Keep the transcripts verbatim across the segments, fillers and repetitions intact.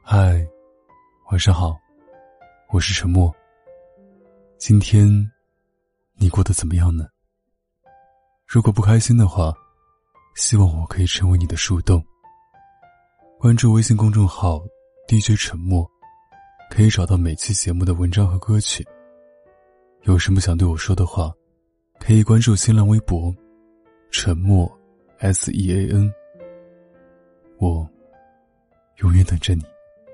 嗨，晚上好，我是沉默。今天你过得怎么样呢？如果不开心的话，希望我可以成为你的树洞。关注微信公众号 D J 沉默，可以找到每期节目的文章和歌曲。有什么想对我说的话，可以关注新浪微博沉默 S E A N， 我永远等着你。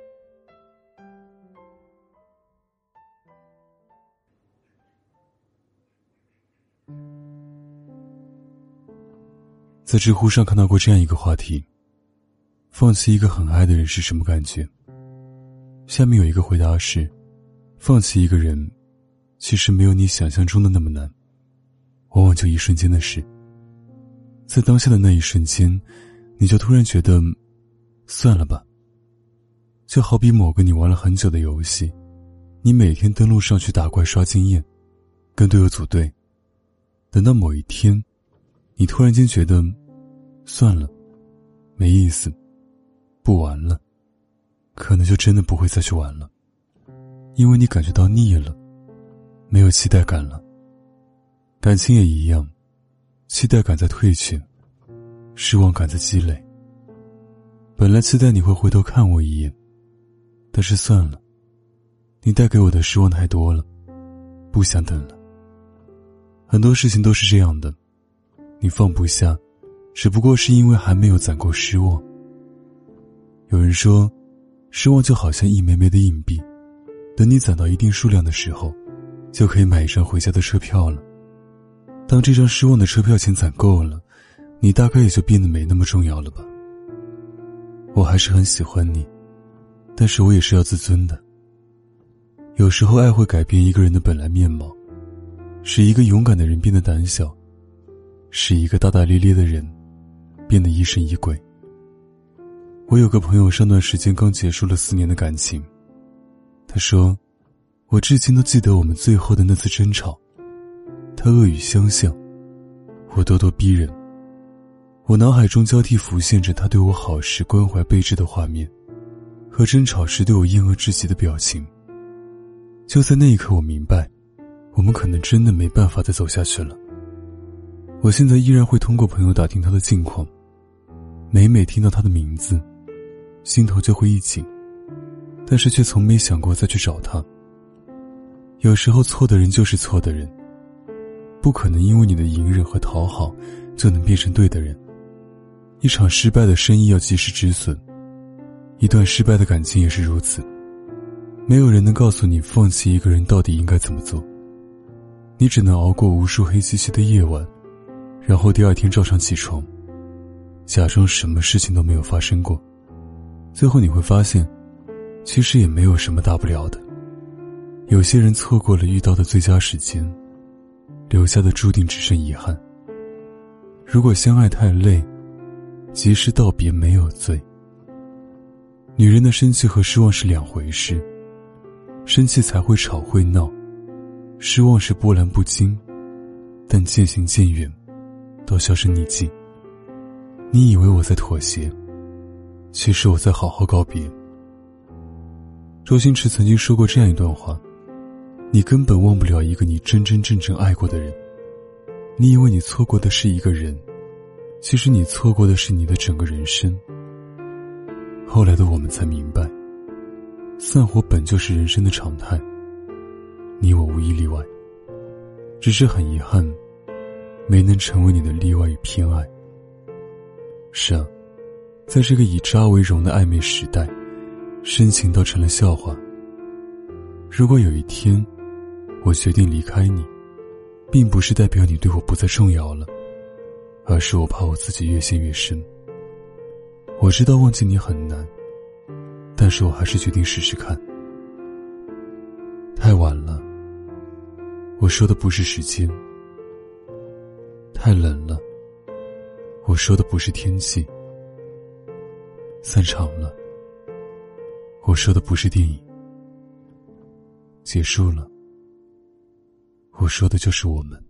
在知乎上看到过这样一个话题，放弃一个很爱的人是什么感觉？下面有一个回答是，放弃一个人其实没有你想象中的那么难，往往就一瞬间的事。在当下的那一瞬间，你就突然觉得算了吧。就好比某个你玩了很久的游戏，你每天登录上去打怪刷经验，跟队友组队，等到某一天你突然间觉得算了，没意思，不玩了，可能就真的不会再去玩了，因为你感觉到腻了，没有期待感了。感情也一样，期待感在退却，失望感在积累。本来期待你会回头看我一眼，但是算了，你带给我的失望太多了，不想等了。很多事情都是这样的，你放不下，只不过是因为还没有攒够失望。有人说，失望就好像一枚枚的硬币，等你攒到一定数量的时候，就可以买一张回家的车票了。当这张失望的车票钱攒够了，你大概也就变得没那么重要了吧。我还是很喜欢你，但是我也是要自尊的。有时候爱会改变一个人的本来面貌，使一个勇敢的人变得胆小，使一个大大咧咧的人变得疑神疑鬼。我有个朋友上段时间刚结束了四年的感情，他说，我至今都记得我们最后的那次争吵，他恶语相向，我咄咄逼人，我脑海中交替浮现着他对我好时关怀备至的画面，和争吵时对我厌恶至极的表情。就在那一刻，我明白，我们可能真的没办法再走下去了。我现在依然会通过朋友打听他的近况，每每听到他的名字，心头就会一紧，但是却从没想过再去找他。有时候错的人就是错的人，不可能因为你的隐忍和讨好就能变成对的人。一场失败的生意要及时止损，一段失败的感情也是如此。没有人能告诉你放弃一个人到底应该怎么做，你只能熬过无数黑漆漆的夜晚，然后第二天照常起床，假装什么事情都没有发生过。最后你会发现，其实也没有什么大不了的。有些人错过了遇到的最佳时间，留下的注定只剩遗憾。如果相爱太累，及时道别没有罪。女人的生气和失望是两回事，生气才会吵会闹，失望是波澜不惊，但渐行渐远，到销声匿迹。你以为我在妥协，其实我在好好告别。周星驰曾经说过这样一段话，你根本忘不了一个你真真正正爱过的人。你以为你错过的是一个人，其实你错过的是你的整个人生。后来的我们才明白，散伙本就是人生的常态，你我无一例外，只是很遗憾，没能成为你的例外与偏爱。是啊，在这个以渣为荣的暧昧时代，深情倒成了笑话。如果有一天我决定离开你，并不是代表你对我不再重要了，而是我怕我自己越陷越深。我知道忘记你很难，但是我还是决定试试看。太晚了，我说的不是时间。太冷了，我说的不是天气。散场了，我说的不是电影。结束了，我说的就是我们。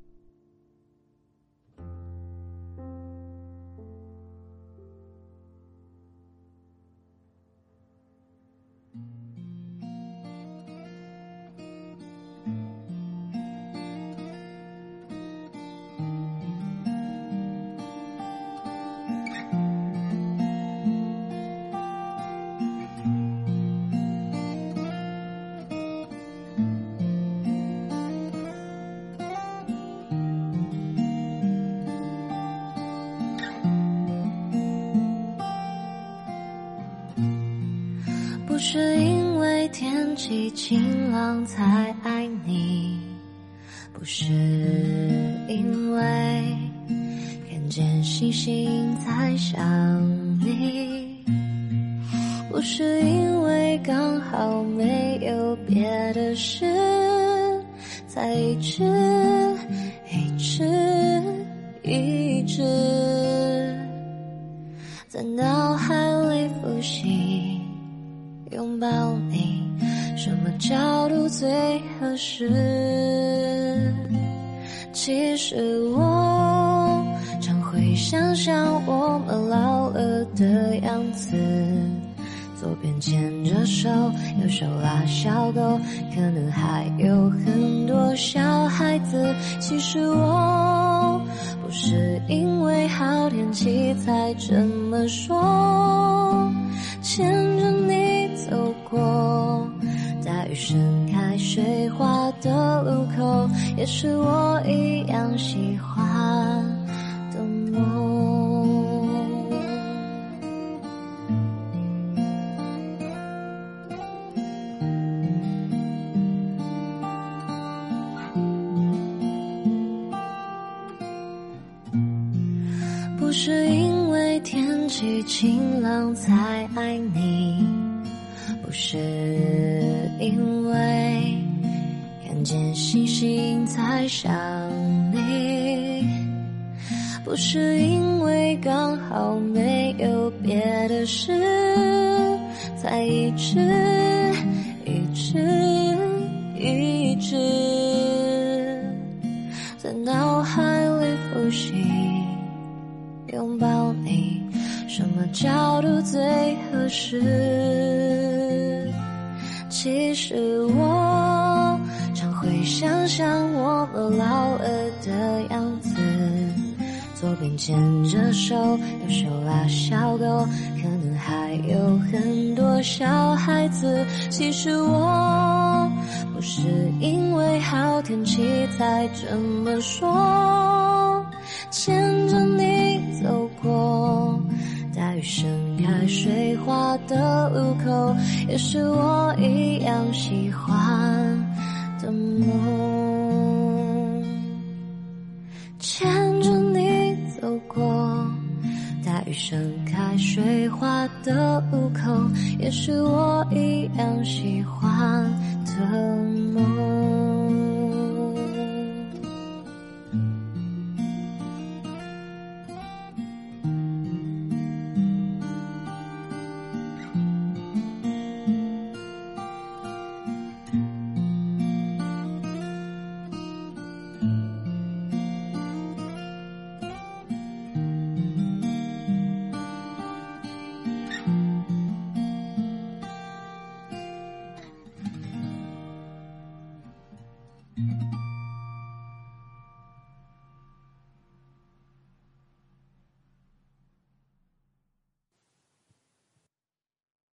不是因为天气晴朗才爱你，不是因为看见星星才想你，不是因为刚好没有别的事，才一直一直一直在脑海里复习，拥抱你什么角度最合适。其实我常会想象我们老了的样子，左边牵着手，右手拉小狗，可能还有很多小孩子。其实我不是因为好天气才这么说，牵着你走过大雨盛开水花的路口，也是我一样喜欢的梦。不是因为天气晴朗才爱你，不是因为看见星星才想你，不是因为刚好没有别的事，才一直一直一直在脑海里复习，拥抱你什么角度最合适。其实我常会想象我们老了的样子，左边牵着手，右手拉小狗，可能还有很多小孩子。其实我不是因为好天气才这么说，牵着你走过大雨盛开水花的路口，也是我一样喜欢的梦。牵着你走过大雨盛开水花的路口，也是我一样喜欢的梦。